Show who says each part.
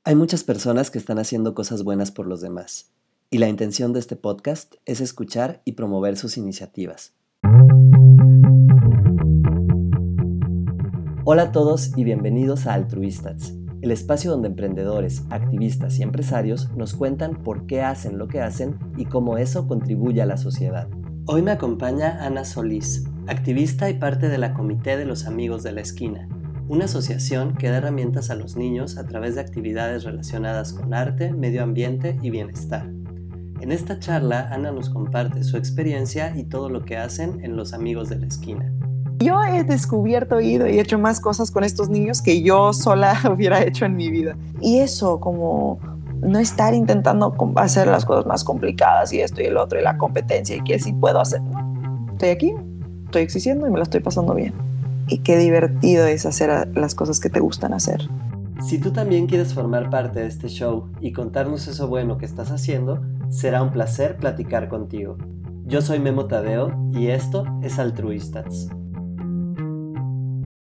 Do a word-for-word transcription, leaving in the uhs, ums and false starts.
Speaker 1: Hay muchas personas que están haciendo cosas buenas por los demás, y la intención de este podcast es escuchar y promover sus iniciativas. Hola a todos y bienvenidos a Altruistats, el espacio donde emprendedores, activistas y empresarios nos cuentan por qué hacen lo que hacen y cómo eso contribuye a la sociedad. Hoy me acompaña Ana Solís, activista y parte de la Comité de los Amigos de la Esquina, una asociación que da herramientas a los niños a través de actividades relacionadas con arte, medio ambiente y bienestar. En esta charla, Ana nos comparte su experiencia y todo lo que hacen en Los Amigos de la Esquina.
Speaker 2: Yo he descubierto, ido y hecho más cosas con estos niños que yo sola hubiera hecho en mi vida. Y eso, como no estar intentando hacer las cosas más complicadas y esto y el otro y la competencia y que sí puedo hacer. No, estoy aquí, estoy existiendo y me la estoy pasando bien. Y qué divertido es hacer las cosas que te gustan hacer.
Speaker 1: Si tú también quieres formar parte de este show y contarnos eso bueno que estás haciendo, será un placer platicar contigo. Yo soy Memo Tadeo y esto es Altruistats.